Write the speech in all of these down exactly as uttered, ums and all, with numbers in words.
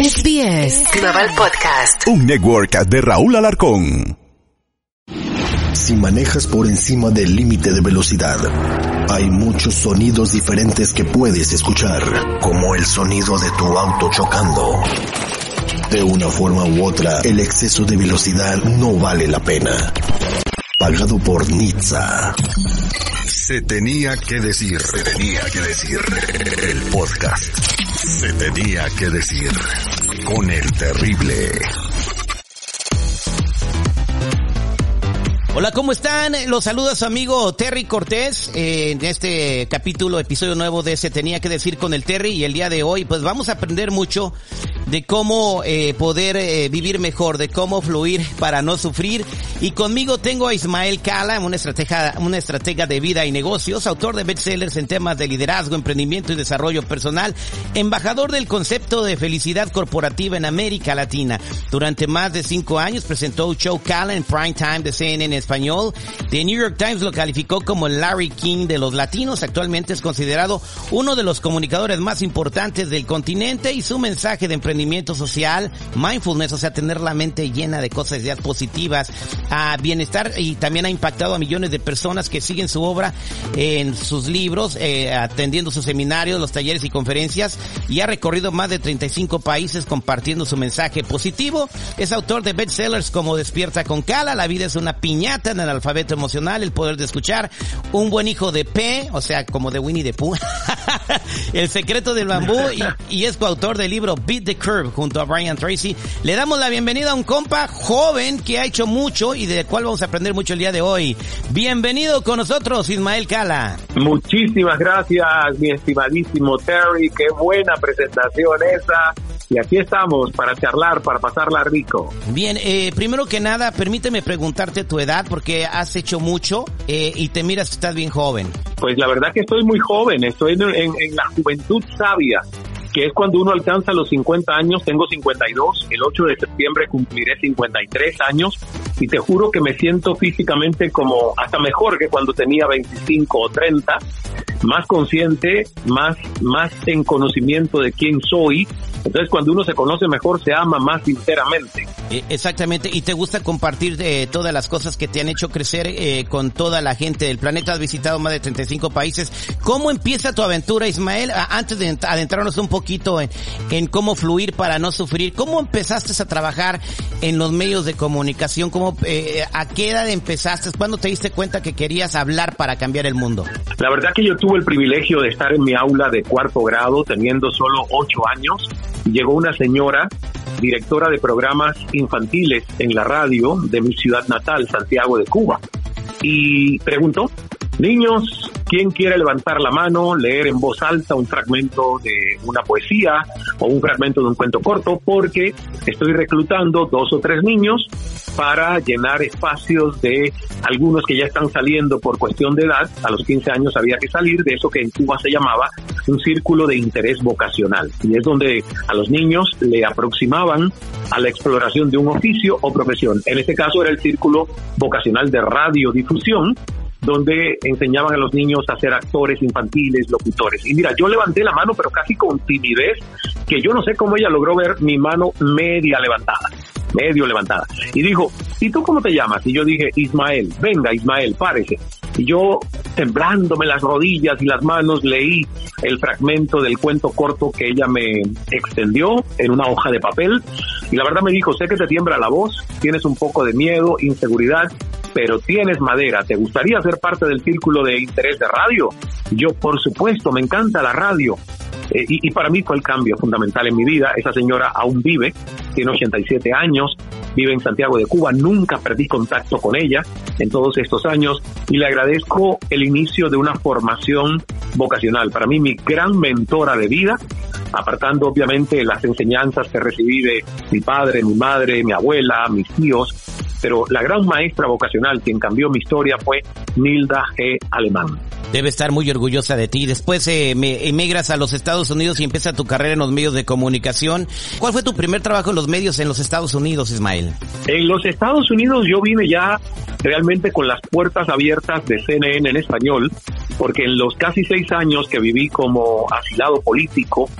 S B S Global Podcast. Un network de Raúl Alarcón. Si manejas por encima del límite de velocidad, hay muchos sonidos diferentes que puedes escuchar, como el sonido de tu auto chocando. De una forma u otra, el exceso de velocidad no vale la pena. Pagado por Nizza. Se tenía que decir, se tenía que decir. El podcast. Se tenía que decir. Con el terrible. Hola, ¿cómo están? Los saluda su amigo Terry Cortés eh, en este capítulo, episodio nuevo de Se Tenía que Decir con el Terry, y el día de hoy pues vamos a aprender mucho de cómo eh, poder eh, vivir mejor, de cómo fluir para no sufrir. Y conmigo tengo a Ismael Cala, una estratega, una estratega de vida y negocios, autor de bestsellers en temas de liderazgo, emprendimiento y desarrollo personal, embajador del concepto de felicidad corporativa en América Latina. Durante más de cinco años presentó un show Cala en prime time de C N N en español. The New York Times lo calificó como el Larry King de los latinos. Actualmente es considerado uno de los comunicadores más importantes del continente, y su mensaje de emprendimiento social, mindfulness, o sea, tener la mente llena de cosas, ideas positivas, a bienestar, y también ha impactado a millones de personas que siguen su obra en sus libros, eh, atendiendo sus seminarios, los talleres y conferencias, y ha recorrido más de treinta y cinco países compartiendo su mensaje positivo. Es autor de bestsellers como Despierta con Cala, La vida es una piñata en el alfabeto emocional, El poder de escuchar, Un buen hijo de P, o sea, como de Winnie the Pooh, El secreto del bambú, y, y es coautor del libro Beat the Curve junto a Brian Tracy. Le damos la bienvenida a un compa joven que ha hecho mucho y del cual vamos a aprender mucho el día de hoy. Bienvenido con nosotros, Ismael Cala. Muchísimas gracias, mi estimadísimo Terry. Qué buena presentación esa. Y aquí estamos para charlar, para pasarla rico. Bien, eh, primero que nada, permíteme preguntarte tu edad, porque has hecho mucho eh, y te miras que estás bien joven. Pues la verdad que estoy muy joven, estoy en, en, en la juventud sabia, que es cuando uno alcanza los cincuenta años. Tengo cincuenta y dos, el ocho de septiembre cumpliré cincuenta y tres años, y te juro que me siento físicamente como hasta mejor que cuando tenía veinticinco o treinta, más consciente, más, más en conocimiento de quién soy. Entonces, cuando uno se conoce mejor, se ama más sinceramente. Eh, exactamente, y te gusta compartir eh, todas las cosas que te han hecho crecer eh, con toda la gente del planeta. Has visitado más de treinta y cinco países. ¿Cómo empieza tu aventura, Ismael? Antes de adentrarnos un poquito en, en cómo fluir para no sufrir, ¿cómo empezaste a trabajar en los medios de comunicación? ¿Cómo, eh, ¿A qué edad empezaste? ¿Cuándo te diste cuenta que querías hablar para cambiar el mundo? La verdad que yo tuve el privilegio de estar en mi aula de cuarto grado, teniendo solo ocho años. Llegó una señora, directora de programas infantiles en la radio de mi ciudad natal, Santiago de Cuba, y preguntó: niños, ¿quién quiere levantar la mano, leer en voz alta un fragmento de una poesía o un fragmento de un cuento corto? Porque estoy reclutando dos o tres niños para llenar espacios de algunos que ya están saliendo por cuestión de edad. A los quince años había que salir de eso que en Cuba se llamaba un círculo de interés vocacional, y es donde a los niños le aproximaban a la exploración de un oficio o profesión. En este caso era el círculo vocacional de radiodifusión, donde enseñaban a los niños a ser actores infantiles, locutores. Y mira, yo levanté la mano, pero casi con timidez, que yo no sé cómo ella logró ver mi mano media levantada, medio levantada. Y dijo: ¿y tú cómo te llamas? Y yo dije: Ismael. Venga, Ismael, párese. Y yo, temblándome las rodillas y las manos, leí el fragmento del cuento corto que ella me extendió en una hoja de papel. Y la verdad me dijo: sé que te tiembla la voz, tienes un poco de miedo, inseguridad, pero tienes madera. ¿Te gustaría ser parte del círculo de interés de radio? Yo, por supuesto, me encanta la radio. Eh, y, y para mí fue el cambio fundamental en mi vida. Esa señora aún vive, tiene ochenta y siete años, vive en Santiago de Cuba. Nunca perdí contacto con ella en todos estos años, y le agradezco el inicio de una formación vocacional. Para mí, mi gran mentora de vida, apartando obviamente las enseñanzas que recibí de mi padre, mi madre, mi abuela, mis tíos, pero la gran maestra vocacional, quien cambió mi historia, fue Nilda G. Alemán. Debe estar muy orgullosa de ti. Después eh, me emigras a los Estados Unidos y empieza tu carrera en los medios de comunicación. ¿Cuál fue tu primer trabajo en los medios en los Estados Unidos, Ismael? En los Estados Unidos yo vine ya realmente con las puertas abiertas de C N N en español, porque en los casi seis años que viví como asilado político,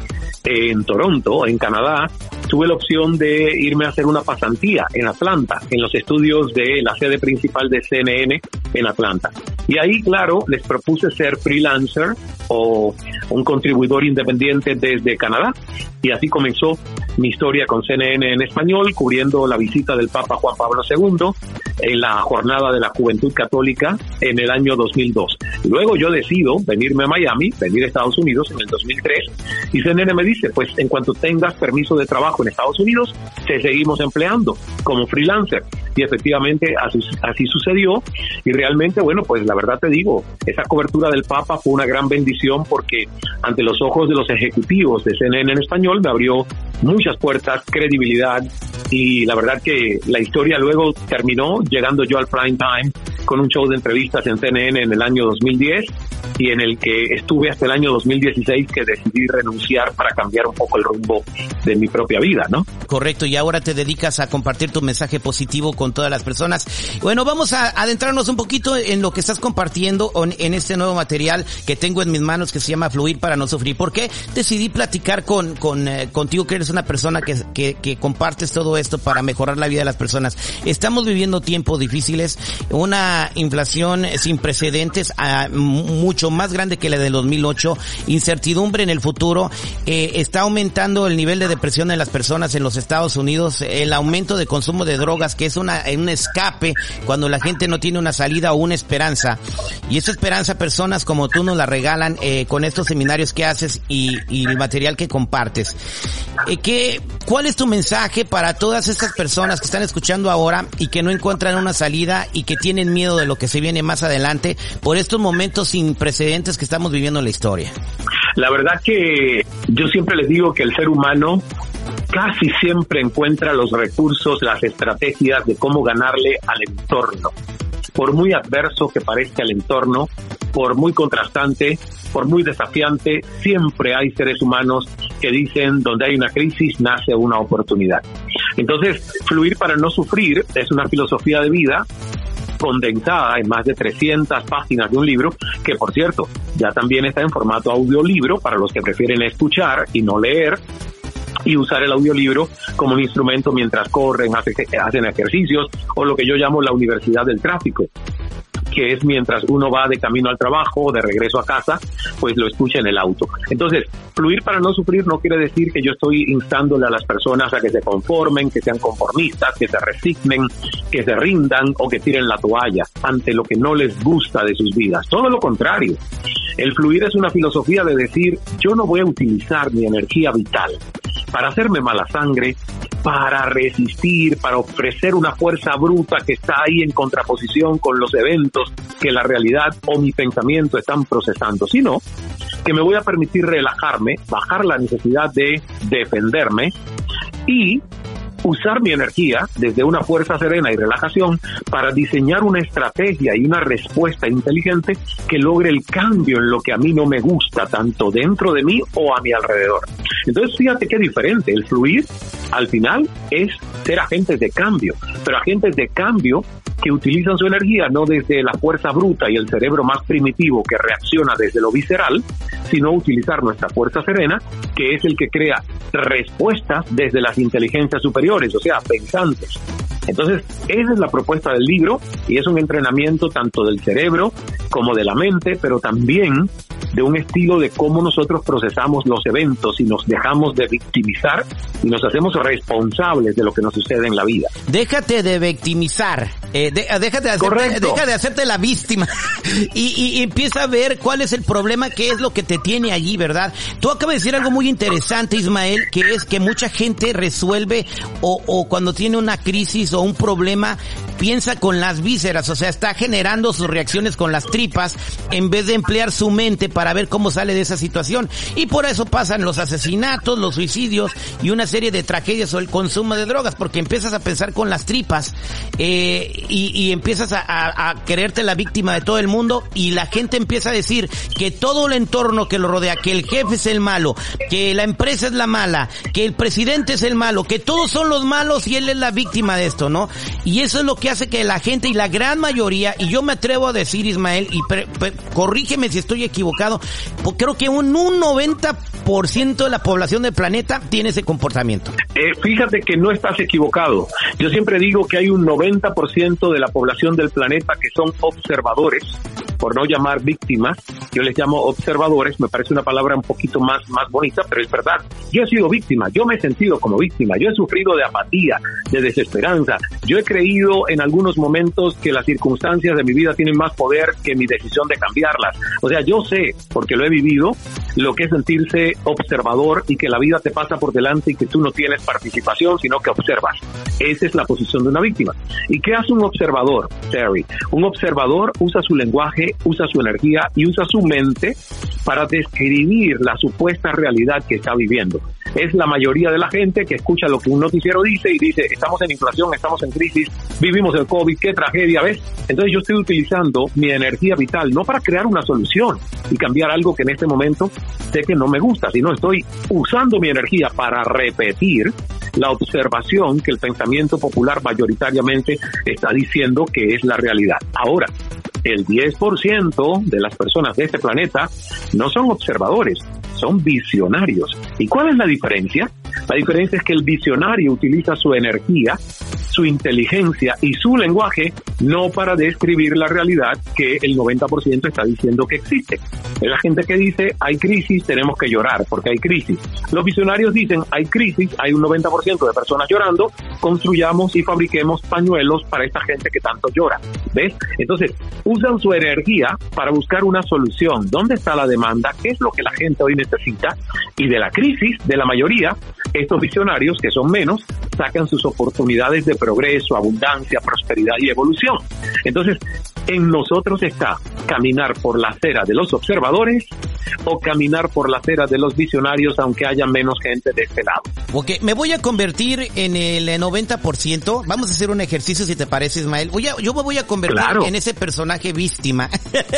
en Toronto, en Canadá, tuve la opción de irme a hacer una pasantía en Atlanta, en los estudios de la sede principal de C N N en Atlanta. Y ahí, claro, les propuse ser freelancer o un contribuidor independiente desde Canadá. Y así comenzó mi historia con C N N en español, cubriendo la visita del Papa Juan Pablo segundo en la Jornada de la Juventud Católica en el año dos mil dos. Luego yo decido venirme a Miami, venir a Estados Unidos en el dos mil tres, y C N N me dice, pues en cuanto tengas permiso de trabajo en Estados Unidos, te seguimos empleando como freelancer. Y efectivamente así, así sucedió, y realmente, bueno, pues la verdad te digo, esa cobertura del Papa fue una gran bendición, porque ante los ojos de los ejecutivos de C N N en español me abrió muchas puertas, credibilidad, y la verdad que la historia luego terminó llegando yo al prime time con un show de entrevistas en C N N en el año dos mil diez, y en el que estuve hasta el año dos mil dieciséis, que decidí renunciar para cambiar un poco el rumbo de mi propia vida, ¿no? Correcto, y ahora te dedicas a compartir tu mensaje positivo con todas las personas. Bueno, vamos a adentrarnos un poquito en lo que estás compartiendo en este nuevo material que tengo en mis manos, que se llama Fluir para no sufrir. ¿Por qué decidí platicar con, con eh, contigo, que eres una persona que, que, que compartes todo esto para mejorar la vida de las personas? Estamos viviendo tiempos difíciles, una inflación sin precedentes, a, mucho más grande que la del dos mil ocho, incertidumbre en el futuro, eh, está aumentando el nivel de depresión en las personas en los Estados Unidos, el aumento de consumo de drogas, que es una un escape cuando la gente no tiene una salida o una esperanza, y esa esperanza personas como tú nos la regalan eh, con estos seminarios que haces y, y el material que compartes. Eh, ¿qué, ¿Cuál es tu mensaje para todas estas personas que están escuchando ahora y que no encuentran una salida y que tienen miedo de lo que se viene más adelante por estos momentos sin precedentes que estamos viviendo en la historia? La verdad que yo siempre les digo que el ser humano casi siempre encuentra los recursos, las estrategias de cómo ganarle al entorno. Por muy adverso que parezca el entorno, por muy contrastante, por muy desafiante, siempre hay seres humanos que dicen, donde hay una crisis nace una oportunidad. Entonces, Fluir para no sufrir es una filosofía de vida condensada en más de trescientas páginas de un libro, que por cierto, ya también está en formato audiolibro para los que prefieren escuchar y no leer, y usar el audiolibro como un instrumento mientras corren, hacen ejercicios, o lo que yo llamo la universidad del tráfico, que es mientras uno va de camino al trabajo o de regreso a casa, pues lo escucha en el auto. Entonces, fluir para no sufrir no quiere decir que yo estoy instándole a las personas a que se conformen, que sean conformistas, que se resignen, que se rindan o que tiren la toalla ante lo que no les gusta de sus vidas. Todo lo contrario. El fluir es una filosofía de decir, yo no voy a utilizar mi energía vital para hacerme mala sangre, para resistir, para ofrecer una fuerza bruta que está ahí en contraposición con los eventos que la realidad o mi pensamiento están procesando, sino que me voy a permitir relajarme, bajar la necesidad de defenderme y usar mi energía desde una fuerza serena y relajación para diseñar una estrategia y una respuesta inteligente que logre el cambio en lo que a mí no me gusta, tanto dentro de mí o a mi alrededor. Entonces, fíjate qué diferente. El fluir, al final, es ser agentes de cambio, pero agentes de cambio que utilizan su energía no desde la fuerza bruta y el cerebro más primitivo que reacciona desde lo visceral, sino utilizar nuestra fuerza serena, que es el que crea respuestas desde las inteligencias superiores, o sea, pensantes. Entonces, esa es la propuesta del libro, y es un entrenamiento tanto del cerebro como de la mente, pero también de un estilo de cómo nosotros procesamos los eventos y nos dejamos de victimizar y nos hacemos responsables de lo que nos sucede en la vida. Déjate de victimizar, eh, de, déjate de hacerte, deja de hacerte la víctima y, y, y empieza a ver cuál es el problema, qué es lo que te tiene allí, ¿verdad? Tú acabas de decir algo muy interesante, Ismael, que es que mucha gente resuelve o, o cuando tiene una crisis o un problema piensa con las vísceras, o sea, está generando sus reacciones con las tripas en vez de emplear su mente para ver cómo sale de esa situación, y por eso pasan los asesinatos, los suicidios y una serie de tragedias o el consumo de drogas, porque empiezas a pensar con las tripas eh, y, y empiezas a, a, a quererte la víctima de todo el mundo, y la gente empieza a decir que todo el entorno que lo rodea, que el jefe es el malo, que la empresa es la mala, que el presidente es el malo, que todos son los malos y él es la víctima de esto, ¿no? Y eso es lo que hace que la gente, y la gran mayoría, y yo me atrevo a decir, Ismael, y pre, pre, corrígeme si estoy equivocado, lado. Pues creo que un, un noventa por ciento de la población del planeta tiene ese comportamiento. Eh, fíjate que no estás equivocado. Yo siempre digo que hay un noventa por ciento de la población del planeta que son observadores, por no llamar víctimas. Yo les llamo observadores, me parece una palabra un poquito más, más bonita, pero es verdad. Yo he sido víctima, yo me he sentido como víctima, yo he sufrido de apatía, de desesperanza. Yo he creído en algunos momentos que las circunstancias de mi vida tienen más poder que mi decisión de cambiarlas. O sea, yo sé, porque lo he vivido, lo que es sentirse observador y que la vida te pasa por delante y que tú no tienes participación, sino que observas. Esa es la posición de una víctima. ¿Y qué hace un observador, Terry? Un observador usa su lenguaje, usa su energía y usa su mente para describir la supuesta realidad que está viviendo. Es la mayoría de la gente que escucha lo que un noticiero dice y dice, estamos en inflación, estamos en crisis, vivimos el COVID, qué tragedia, ¿ves? Entonces yo estoy utilizando mi energía vital no para crear una solución y cambiar algo que en este momento sé que no me gusta, sino estoy usando mi energía para repetir la observación que el pensamiento popular mayoritariamente está diciendo que es la realidad. Ahora, el diez por ciento de las personas de este planeta no son observadores, son visionarios. ¿Y cuál es la diferencia? La diferencia es que el visionario utiliza su energía, su inteligencia y su lenguaje no para describir la realidad que el noventa por ciento está diciendo que existe. Es la gente que dice, hay crisis, tenemos que llorar porque hay crisis. Los visionarios dicen, hay crisis, hay un noventa por ciento de personas llorando, construyamos y fabriquemos pañuelos para esta gente que tanto llora. ¿Ves? Entonces, usan su energía para buscar una solución. ¿Dónde está la demanda? ¿Qué es lo que la gente hoy necesita? Y de la crisis, de la mayoría, estos visionarios, que son menos, sacan sus oportunidades de progreso, abundancia, prosperidad y evolución. Entonces, en nosotros está caminar por la acera de los observadores o caminar por la acera de los visionarios, aunque haya menos gente de este lado. Ok, me voy a convertir en el noventa por ciento. Vamos a hacer un ejercicio, si te parece, Ismael. Voy a, yo me voy a convertir claro. en ese personaje víctima.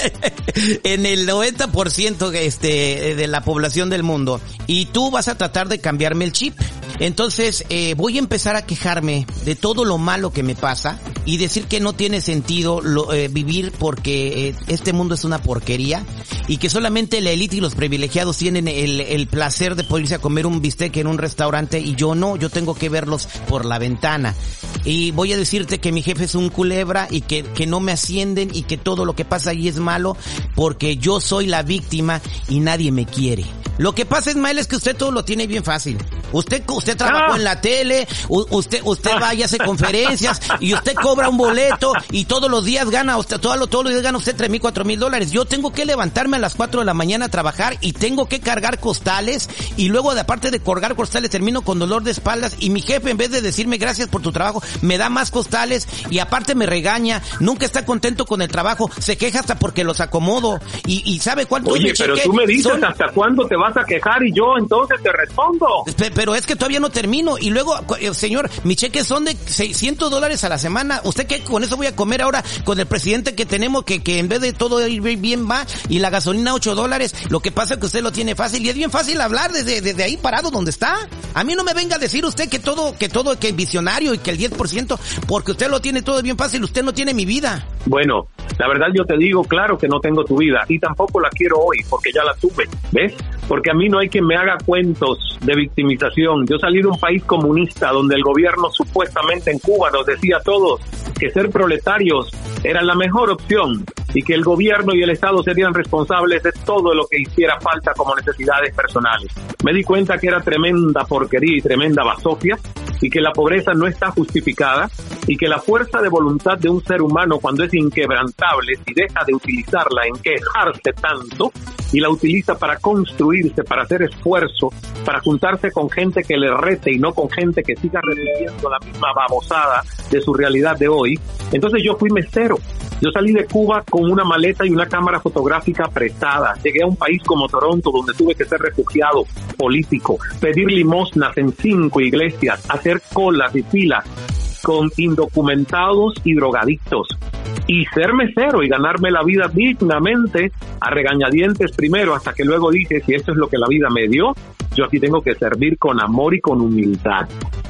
En el noventa por ciento este, de la población del mundo. Y tú vas a tratar de cambiarme el chip. Entonces, eh, voy a empezar a quejarme de todo lo malo que me pasa y decir que no tiene sentido lo, eh, vivir porque eh, este mundo es una porquería y que solamente la élite y los privilegiados tienen el, el placer de poder irse a comer un bistec en un restaurante y yo no, yo tengo que verlos por la ventana. Y voy a decirte que mi jefe es un culebra y que, que no me ascienden y que todo lo que pasa ahí es malo porque yo soy la víctima y nadie me quiere. Lo que pasa, Ismael, es que usted todo lo tiene bien fácil. Usted usted trabajó ah. en la tele, usted usted va y hace conferencias y usted cobra un boleto y todos los días gana, usted todos los, todos los días gana usted tres mil, cuatro mil dólares. Yo tengo que levantarme a las cuatro de la mañana a trabajar y tengo que cargar costales y luego de aparte de cargar costales termino con dolor de espaldas y mi jefe en vez de decirme gracias por tu trabajo me da más costales y aparte me regaña, nunca está contento con el trabajo, se queja hasta porque los acomodo y, y sabe cuánto. Oye, pero tú me dices son... hasta cuándo te vas a quejar y yo entonces te respondo. Pero es que todavía no termino y luego, señor, mis cheques son de seiscientos dólares a la semana. ¿Usted qué? Con eso voy a comer ahora con el presidente que tenemos que, que en vez de todo ir bien va y la gasolina ocho dólares. Lo que pasa es que usted lo tiene fácil y es bien fácil hablar desde, desde ahí parado donde está. A mí no me venga a decir usted que todo, que todo, que es visionario y que el diez por ciento porque usted lo tiene todo bien fácil, usted no tiene mi vida. Bueno, la verdad yo te digo, claro que no tengo tu vida y tampoco la quiero hoy porque ya la tuve, ¿ves? Porque a mí no hay quien me haga cuentos de victimización. Yo salí de un país comunista donde el gobierno supuestamente en Cuba nos decía a todos que ser proletarios era la mejor opción y que el gobierno y el Estado serían responsables de todo lo que hiciera falta como necesidades personales. Me di cuenta que era tremenda porquería y tremenda basofia y que la pobreza no está justificada y que la fuerza de voluntad de un ser humano cuando es inquebrantable, si deja de utilizarla en quejarse tanto y la utiliza para construirse, para hacer esfuerzo, para juntarse con gente que le rete y no con gente que siga repitiendo la misma babosada de su realidad de hoy. Entonces yo fui mesero. Yo salí de Cuba con una maleta y una cámara fotográfica prestada. Llegué a un país como Toronto donde tuve que ser refugiado político, pedir limosnas en cinco iglesias, hacer colas y filas con indocumentados y drogadictos y ser mesero y ganarme la vida dignamente a regañadientes primero hasta que luego dije, si esto es lo que la vida me dio, yo aquí tengo que servir con amor y con humildad.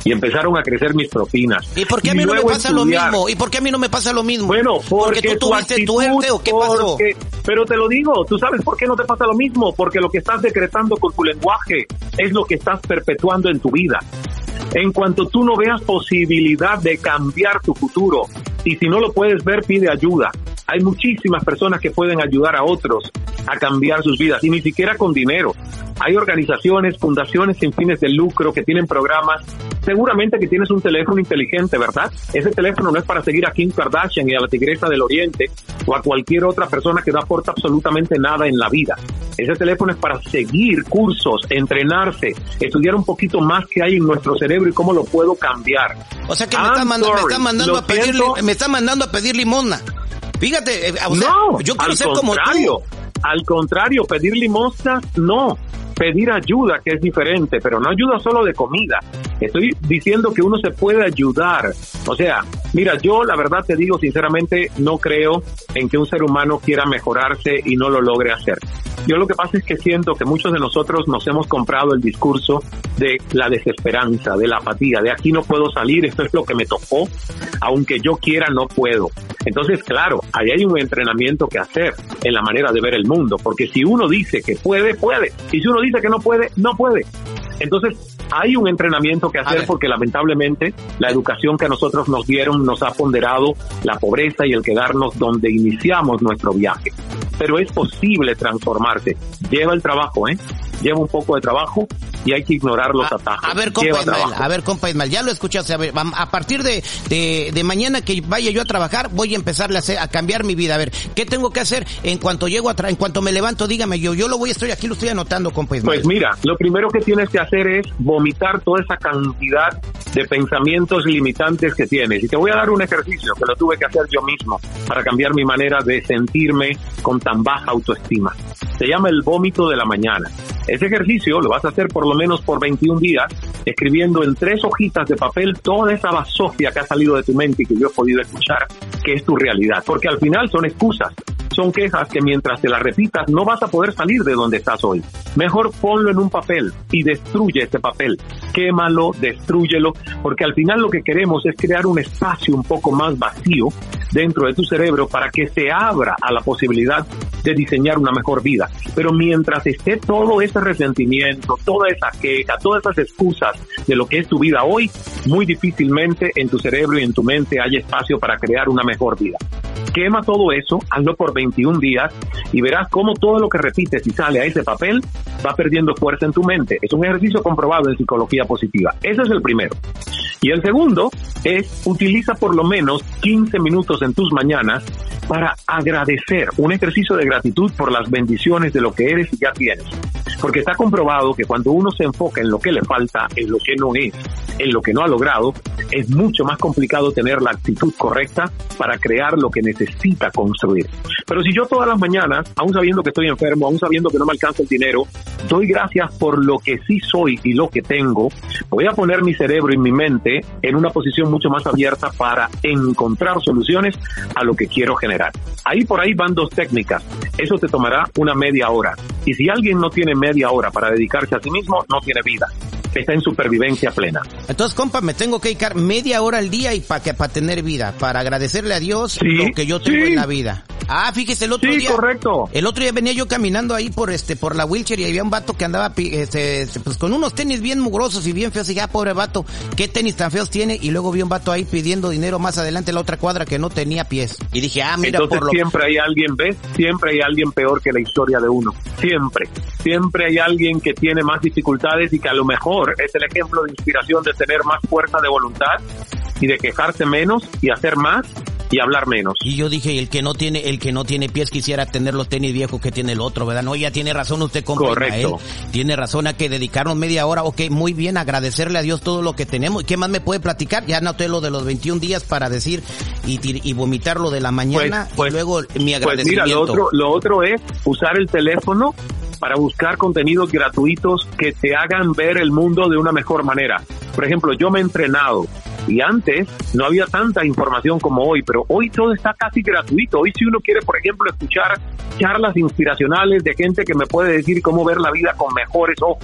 y empezaron a crecer mis propinas. ¿Y por qué a mí no me pasa lo mismo? ¿Y por qué a mí no me pasa lo mismo? Bueno, porque, porque tú tuviste suerte o qué pasó. Pero te lo digo, ¿tú sabes por qué no te pasa lo mismo? Porque lo que estás decretando con tu lenguaje es lo que estás perpetuando en tu vida. En cuanto tú no veas posibilidad de cambiar tu futuro, y si no lo puedes ver, pide ayuda. Hay muchísimas personas que pueden ayudar a otros a cambiar sus vidas, y ni siquiera con dinero. Hay organizaciones, fundaciones sin fines de lucro que tienen programas. Seguramente que tienes un teléfono inteligente, ¿verdad? Ese teléfono no es para seguir a Kim Kardashian y a la Tigresa del Oriente o a cualquier otra persona que no aporta absolutamente nada en la vida. Ese teléfono es para seguir cursos, entrenarse, estudiar un poquito más que hay en nuestro cerebro y cómo lo puedo cambiar. O sea que me está mandando, me está mandando a pedir, me está mandando a pedir limosna. Fíjate, o sea, no, yo quiero al ser contrario, como tú. Al contrario, pedir limosna, no. Pedir ayuda, que es diferente, pero no ayuda solo de comida. Estoy diciendo que uno se puede ayudar. O sea, mira, yo la verdad te digo sinceramente, no creo en que un ser humano quiera mejorarse y no lo logre hacer. Yo lo que pasa es que siento que muchos de nosotros nos hemos comprado el discurso de la desesperanza, de la apatía, de aquí no puedo salir, esto es lo que me tocó, aunque yo quiera no puedo. Entonces, claro, ahí hay un entrenamiento que hacer en la manera de ver el mundo, porque si uno dice que puede, puede, y si uno dice que no puede, no puede. Entonces, hay un entrenamiento que hacer porque lamentablemente la educación que a nosotros nos dieron nos ha ponderado la pobreza y el quedarnos donde iniciamos nuestro viaje. Pero es posible transformarse. Lleva el trabajo, ¿eh? Lleva un poco de trabajo y hay que ignorar los a, atajos. A ver, compa Ismael, a ver, compa Ismael, ya lo escuchaste. A ver, a partir de, de, de mañana que vaya yo a trabajar, voy a empezarle a, hacer, a cambiar mi vida. A ver, ¿qué tengo que hacer en cuanto llego a tra- en cuanto me levanto? Dígame, yo yo lo voy, estoy aquí, lo estoy anotando, compa Ismael. Pues mira, lo primero que tienes que hacer es vomitar toda esa cantidad de pensamientos limitantes que tienes. Y te voy a dar un ejercicio que lo tuve que hacer yo mismo para cambiar mi manera de sentirme con tan baja autoestima. Se llama el vómito de la mañana. Ese ejercicio lo vas a hacer por lo menos por veintiún días, escribiendo en tres hojitas de papel toda esa basofia que ha salido de tu mente y que yo he podido escuchar, que es tu realidad. Porque al final son excusas, son quejas que mientras te las repitas no vas a poder salir de donde estás hoy. Mejor ponlo en un papel y destruye ese papel. Quémalo, destrúyelo, porque al final lo que queremos es crear un espacio un poco más vacío dentro de tu cerebro para que se abra a la posibilidad de diseñar una mejor vida. Pero mientras esté todo ese resentimiento, toda esa queja, todas esas excusas de lo que es tu vida hoy, muy difícilmente en tu cerebro y en tu mente hay espacio para crear una mejor vida. Quema todo eso, hazlo por veintiún días y verás cómo todo lo que repites y sale a ese papel va perdiendo fuerza en tu mente. Es un ejercicio comprobado en psicología positiva. Ese es el primero. Y el segundo es, utiliza por lo menos quince minutos en tus mañanas para agradecer, un ejercicio de gratitud por las bendiciones de lo que eres y ya tienes. Porque está comprobado que cuando uno se enfoca en lo que le falta, en lo que no es, en lo que no ha logrado, es mucho más complicado tener la actitud correcta para crear lo que necesita construir. Pero si yo todas las mañanas, aún sabiendo que estoy enfermo, aún sabiendo que no me alcanza el dinero, doy gracias por lo que sí soy y lo que tengo, voy a poner mi cerebro y mi mente en una posición mucho más abierta para encontrar soluciones a lo que quiero generar. Ahí por ahí van dos técnicas. Eso te tomará una media hora. Y si alguien no tiene media hora para dedicarse a sí mismo, no tiene vida. Está en supervivencia plena. Entonces, compa, me tengo que dedicar media hora al día y para que para tener vida, para agradecerle a Dios sí, lo que yo tengo sí. en la vida. Ah, fíjese, el otro sí, día. correcto. El otro día venía yo caminando ahí por este, por la wheelchair y había un vato que andaba, este, pues con unos tenis bien mugrosos y bien feos. Y dije, ah, pobre vato, ¿qué tenis tan feos tiene? Y luego vi un vato ahí pidiendo dinero más adelante en la otra cuadra que no tenía pies. Y dije, ah, mira, entonces por lo... siempre hay alguien, ¿ves? Siempre hay alguien peor que la historia de uno. Siempre. Siempre hay alguien que tiene más dificultades y que a lo mejor es el ejemplo de inspiración de tener más fuerza de voluntad y de quejarse menos y hacer más y hablar menos. Y yo dije, el que no tiene, el que no tiene pies quisiera tener los tenis viejos que tiene el otro, ¿verdad? No, ya tiene razón usted, compa Ismael. Tiene razón, a que dedicarnos media hora. Ok, muy bien, agradecerle a Dios todo lo que tenemos. ¿Qué más me puede platicar? Ya anoté lo de los veintiún días para decir y, y vomitar lo de la mañana, pues, pues, y luego mi agradecimiento. Pues mira, lo otro, lo otro es usar el teléfono para buscar contenidos gratuitos que te hagan ver el mundo de una mejor manera. Por ejemplo, yo me he entrenado y antes no había tanta información como hoy, pero hoy todo está casi gratuito. Hoy si uno quiere, por ejemplo, escuchar charlas inspiracionales de gente que me puede decir cómo ver la vida con mejores ojos,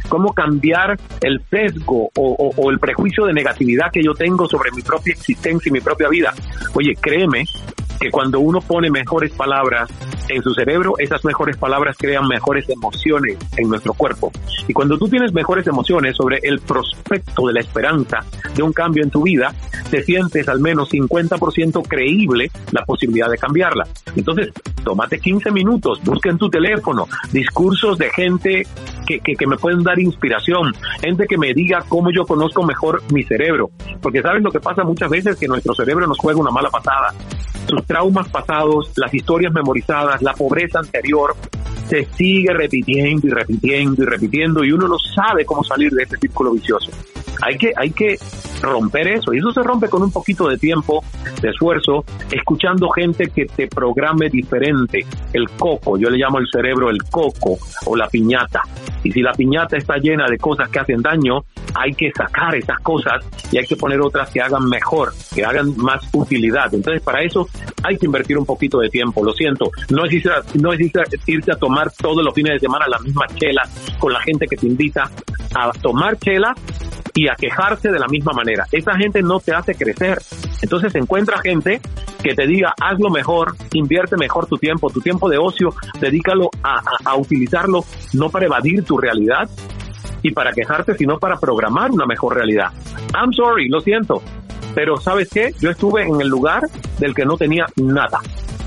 cómo cambiar el sesgo o, o, o el prejuicio de negatividad que yo tengo sobre mi propia existencia y mi propia vida. Oye, créeme que cuando uno pone mejores palabras en su cerebro, esas mejores palabras crean mejores emociones en nuestro cuerpo. Y cuando tú tienes mejores emociones sobre el prospecto de la esperanza de un cambio en tu vida, te sientes al menos cincuenta por ciento creíble la posibilidad de cambiarla. Entonces, tómate quince minutos, busca en tu teléfono discursos de gente que, que, que me pueden dar inspiración, gente que me diga cómo yo conozco mejor mi cerebro. Porque ¿sabes lo que pasa muchas veces? Que nuestro cerebro nos juega una mala pasada. Sus traumas pasados, las historias memorizadas, la pobreza anterior, se sigue repitiendo y repitiendo y repitiendo y uno no sabe cómo salir de ese círculo vicioso. Hay que, hay que romper eso, y eso se rompe con un poquito de tiempo, de esfuerzo, escuchando gente que te programe diferente. El coco, yo le llamo al cerebro el coco o la piñata. Y si la piñata está llena de cosas que hacen daño, hay que sacar esas cosas y hay que poner otras que hagan mejor, que hagan más utilidad. Entonces, para eso hay que invertir un poquito de tiempo. Lo siento, no es, irse a, no es irse a, irse a tomar todos los fines de semana la misma chela con la gente que te invita a tomar chela y a quejarse de la misma manera. Esa gente no te hace crecer. Entonces encuentra gente que te diga, hazlo mejor, invierte mejor tu tiempo, tu tiempo de ocio, dedícalo a, a, a utilizarlo no para evadir tu realidad y para quejarte, sino para programar una mejor realidad. I'm sorry, lo siento, pero ¿sabes qué? Yo estuve en el lugar del que no tenía nada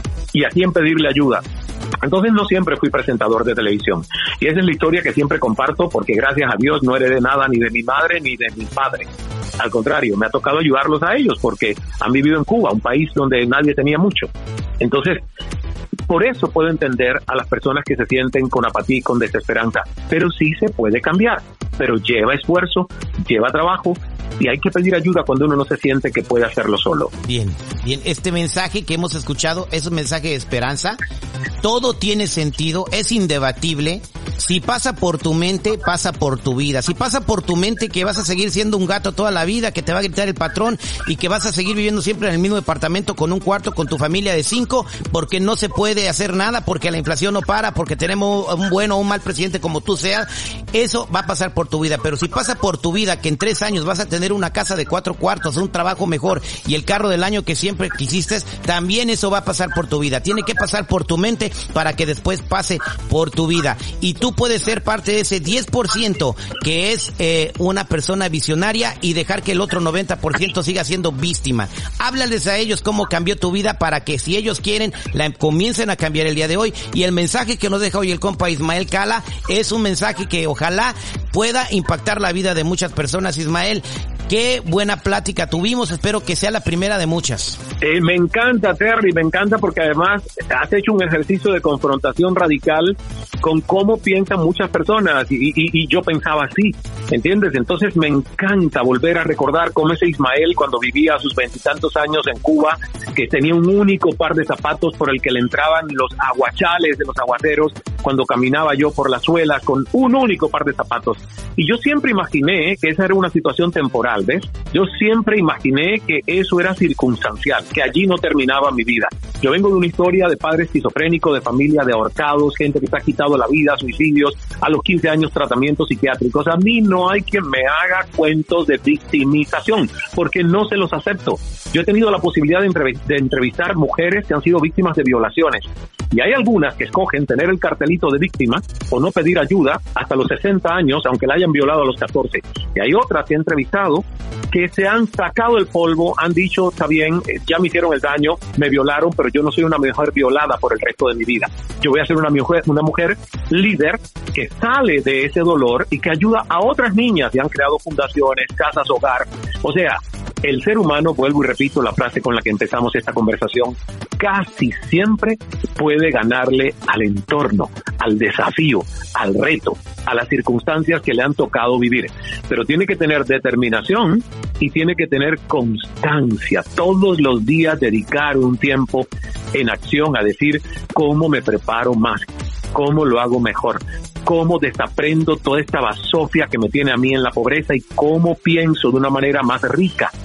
y a quién pedirle ayuda. Entonces no siempre fui presentador de televisión. Y esa es la historia que siempre comparto porque gracias a Dios no heredé nada ni de mi madre ni de mi padre. Al contrario, me ha tocado ayudarlos a ellos porque han vivido en Cuba, un país donde nadie tenía mucho. Entonces, por eso puedo entender a las personas que se sienten con apatía y con desesperanza. Pero sí se puede cambiar, pero lleva esfuerzo, lleva trabajo. Y hay que pedir ayuda cuando uno no se siente que puede hacerlo solo. Bien, bien, este mensaje que hemos escuchado es un mensaje de esperanza. Todo tiene sentido, es indebatible. Si pasa por tu mente, pasa por tu vida. Si pasa por tu mente que vas a seguir siendo un gato toda la vida, que te va a gritar el patrón y que vas a seguir viviendo siempre en el mismo departamento con un cuarto con tu familia de cinco, porque no se puede hacer nada, porque la inflación no para, porque tenemos un bueno o un mal presidente como tú seas, eso va a pasar por tu vida. Pero si pasa por tu vida que en tres años vas a tener una casa de cuatro cuartos, un trabajo mejor y el carro del año que siempre quisiste, también eso va a pasar por tu vida. Tiene que pasar por tu mente para que después pase por tu vida. Y tú puedes ser parte de ese diez por ciento que es eh, una persona visionaria y dejar que el otro noventa por ciento siga siendo víctima. Háblales a ellos cómo cambió tu vida para que si ellos quieren la comiencen a cambiar el día de hoy. Y el mensaje que nos deja hoy el compa Ismael Cala es un mensaje que ojalá pueda impactar la vida de muchas personas. Ismael, qué buena plática tuvimos, espero que sea la primera de muchas. Eh, me encanta, Terry, me encanta porque además has hecho un ejercicio de confrontación radical con cómo piensan muchas personas y, y, y yo pensaba así, ¿entiendes? Entonces me encanta volver a recordar cómo ese Ismael cuando vivía a sus veintitantos años en Cuba, que tenía un único par de zapatos por el que le entraban los aguachales de los aguaceros cuando caminaba yo por las suelas con un único par de zapatos. Y yo siempre imaginé que esa era una situación temporal, ¿ves? Yo siempre imaginé que eso era circunstancial, que allí no terminaba mi vida. Yo vengo de una historia de padre esquizofrénico, de familia de ahorcados, gente que se ha quitado la vida, suicidios, a los quince años tratamientos psiquiátricos. A mí no hay quien me haga cuentos de victimización, porque no se los acepto. Yo he tenido la posibilidad de, entrev- de entrevistar mujeres que han sido víctimas de violaciones. Y hay algunas que escogen tener el cartelito de víctima o no pedir ayuda hasta los sesenta años, aunque la hayan violado a los catorce. Y hay otras que he entrevistado que se han sacado el polvo, han dicho, está bien, ya me hicieron el daño, me violaron, pero yo no soy una mujer violada por el resto de mi vida. Yo voy a ser una mujer, una mujer líder que sale de ese dolor y que ayuda a otras niñas y han creado fundaciones, casas, hogar. O sea, el ser humano, vuelvo y repito la frase con la que empezamos esta conversación, casi siempre puede ganarle al entorno, al desafío, al reto, a las circunstancias que le han tocado vivir. Pero tiene que tener determinación y tiene que tener constancia. Todos los días dedicar un tiempo en acción a decir cómo me preparo más, cómo lo hago mejor, cómo desaprendo toda esta basofia que me tiene a mí en la pobreza y cómo pienso de una manera más rica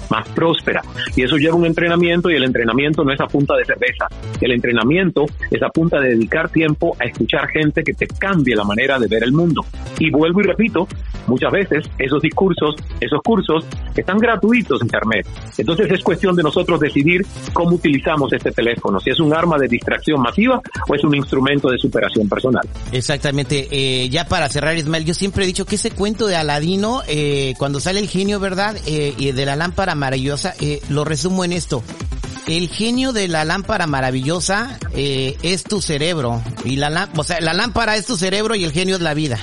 más próspera. Y eso lleva un entrenamiento, y el entrenamiento no es a punta de cerveza. El entrenamiento es a punta de dedicar tiempo a escuchar gente que te cambie la manera de ver el mundo. Y vuelvo y repito, muchas veces esos discursos, esos cursos están gratuitos en internet. Entonces es cuestión de nosotros decidir cómo utilizamos este teléfono, si es un arma de distracción masiva o es un instrumento de superación personal. Exactamente. Eh, ya para cerrar, Ismael, yo siempre he dicho que ese cuento de Aladino, eh, cuando sale el genio, ¿verdad? Eh, y de la lámpara maravillosa, eh, lo resumo en esto. El genio de la lámpara maravillosa eh, es tu cerebro. Y la lá- o sea, la lámpara es tu cerebro y el genio es la vida.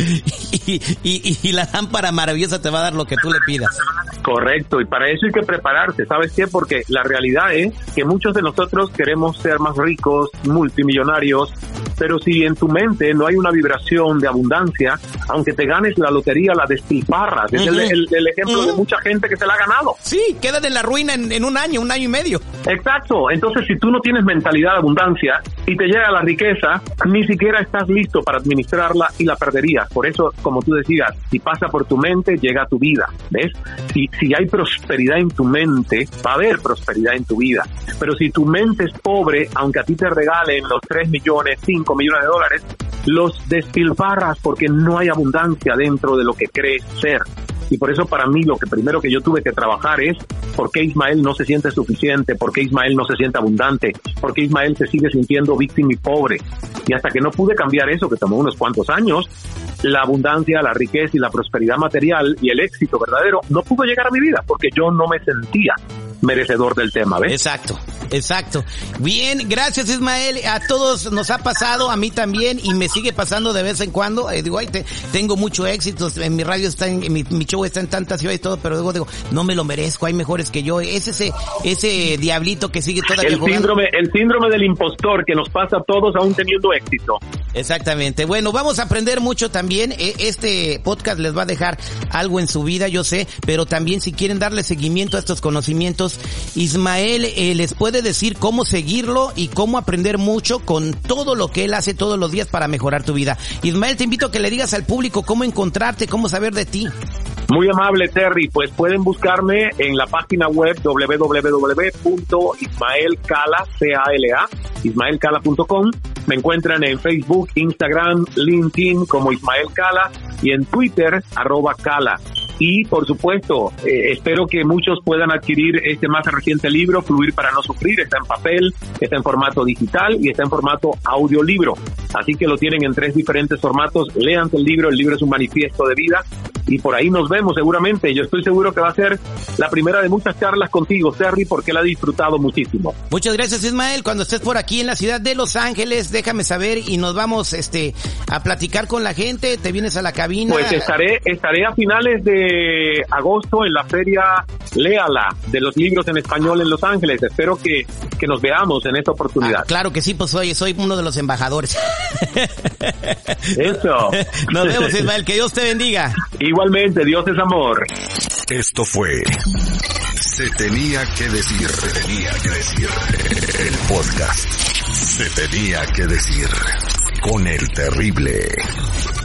y, y, y la lámpara maravillosa te va a dar lo que tú le pidas. Correcto, y para eso hay que prepararse, ¿sabes qué? Porque la realidad es que muchos de nosotros queremos ser más ricos, multimillonarios, pero si en tu mente no hay una vibración de abundancia, aunque te ganes la lotería, la despilfarras. Es uh-huh. el, el, el ejemplo uh-huh. de mucha gente que se la ha ganado. Sí, quedan en la ruina en, en un año, un año y medio. Exacto, entonces si tú no tienes mentalidad de abundancia y te llega la riqueza, ni siquiera estás listo para administrarla y la perderías. Por eso, como tú decías, si pasa por tu mente, llega a tu vida, ¿ves? Si, si hay prosperidad en tu mente, va a haber prosperidad en tu vida. Pero si tu mente es pobre, aunque a ti te regalen los tres millones, cinco millones de dólares, los despilfarras porque no hay abundancia dentro de lo que crees ser. Y por eso para mí lo que primero que yo tuve que trabajar es por qué Ismael no se siente suficiente, por qué Ismael no se siente abundante, por qué Ismael se sigue sintiendo víctima y pobre. Y hasta que no pude cambiar eso, que tomó unos cuantos años, la abundancia, la riqueza y la prosperidad material y el éxito verdadero no pudo llegar a mi vida porque yo no me sentía merecedor del tema, ¿ves? Exacto, exacto. Bien, gracias Ismael. A todos nos ha pasado, a mí también, y me sigue pasando de vez en cuando. Eh, digo, ay, te, tengo mucho éxito, en mi radio está en, en mi, mi show está en tantas ciudades y todo, pero luego digo, no me lo merezco, hay mejores que yo. Es ese, ese diablito que sigue todavía el jugando. síndrome, el síndrome del impostor que nos pasa a todos aún teniendo éxito. Exactamente. Bueno, vamos a aprender mucho también. Este podcast les va a dejar algo en su vida, yo sé, pero también si quieren darle seguimiento a estos conocimientos, Ismael eh, les puede decir cómo seguirlo y cómo aprender mucho con todo lo que él hace todos los días para mejorar tu vida. Ismael, te invito a que le digas al público cómo encontrarte, cómo saber de ti. Muy amable, Terry. Pues pueden buscarme en la página web doble u doble u doble u punto ismael cala ismael cala punto com. Me encuentran en Facebook, Instagram, LinkedIn como Ismael Cala y en Twitter, arroba Cala. Y, por supuesto, eh, espero que muchos puedan adquirir este más reciente libro, Fluir para no sufrir. Está en papel, está en formato digital y está en formato audiolibro. Así que lo tienen en tres diferentes formatos. Léanse el libro, el libro es un manifiesto de vida. Y por ahí nos vemos seguramente. Yo estoy seguro que va a ser la primera de muchas charlas contigo, Terry, porque la he disfrutado muchísimo. Muchas gracias, Ismael. Cuando estés por aquí en la ciudad de Los Ángeles, déjame saber y nos vamos este a platicar con la gente. Te vienes a la cabina. Pues estaré, estaré a finales de agosto en la feria Léala de los libros en español en Los Ángeles. Espero que, que nos veamos en esta oportunidad. Ah, claro que sí, pues soy, soy uno de los embajadores. Eso. Nos vemos, Ismael. Que Dios te bendiga. Igualmente, Dios es amor. Esto fue Se Tenía que Decir. Se Tenía que Decir. El podcast Se Tenía que Decir con el Terrible.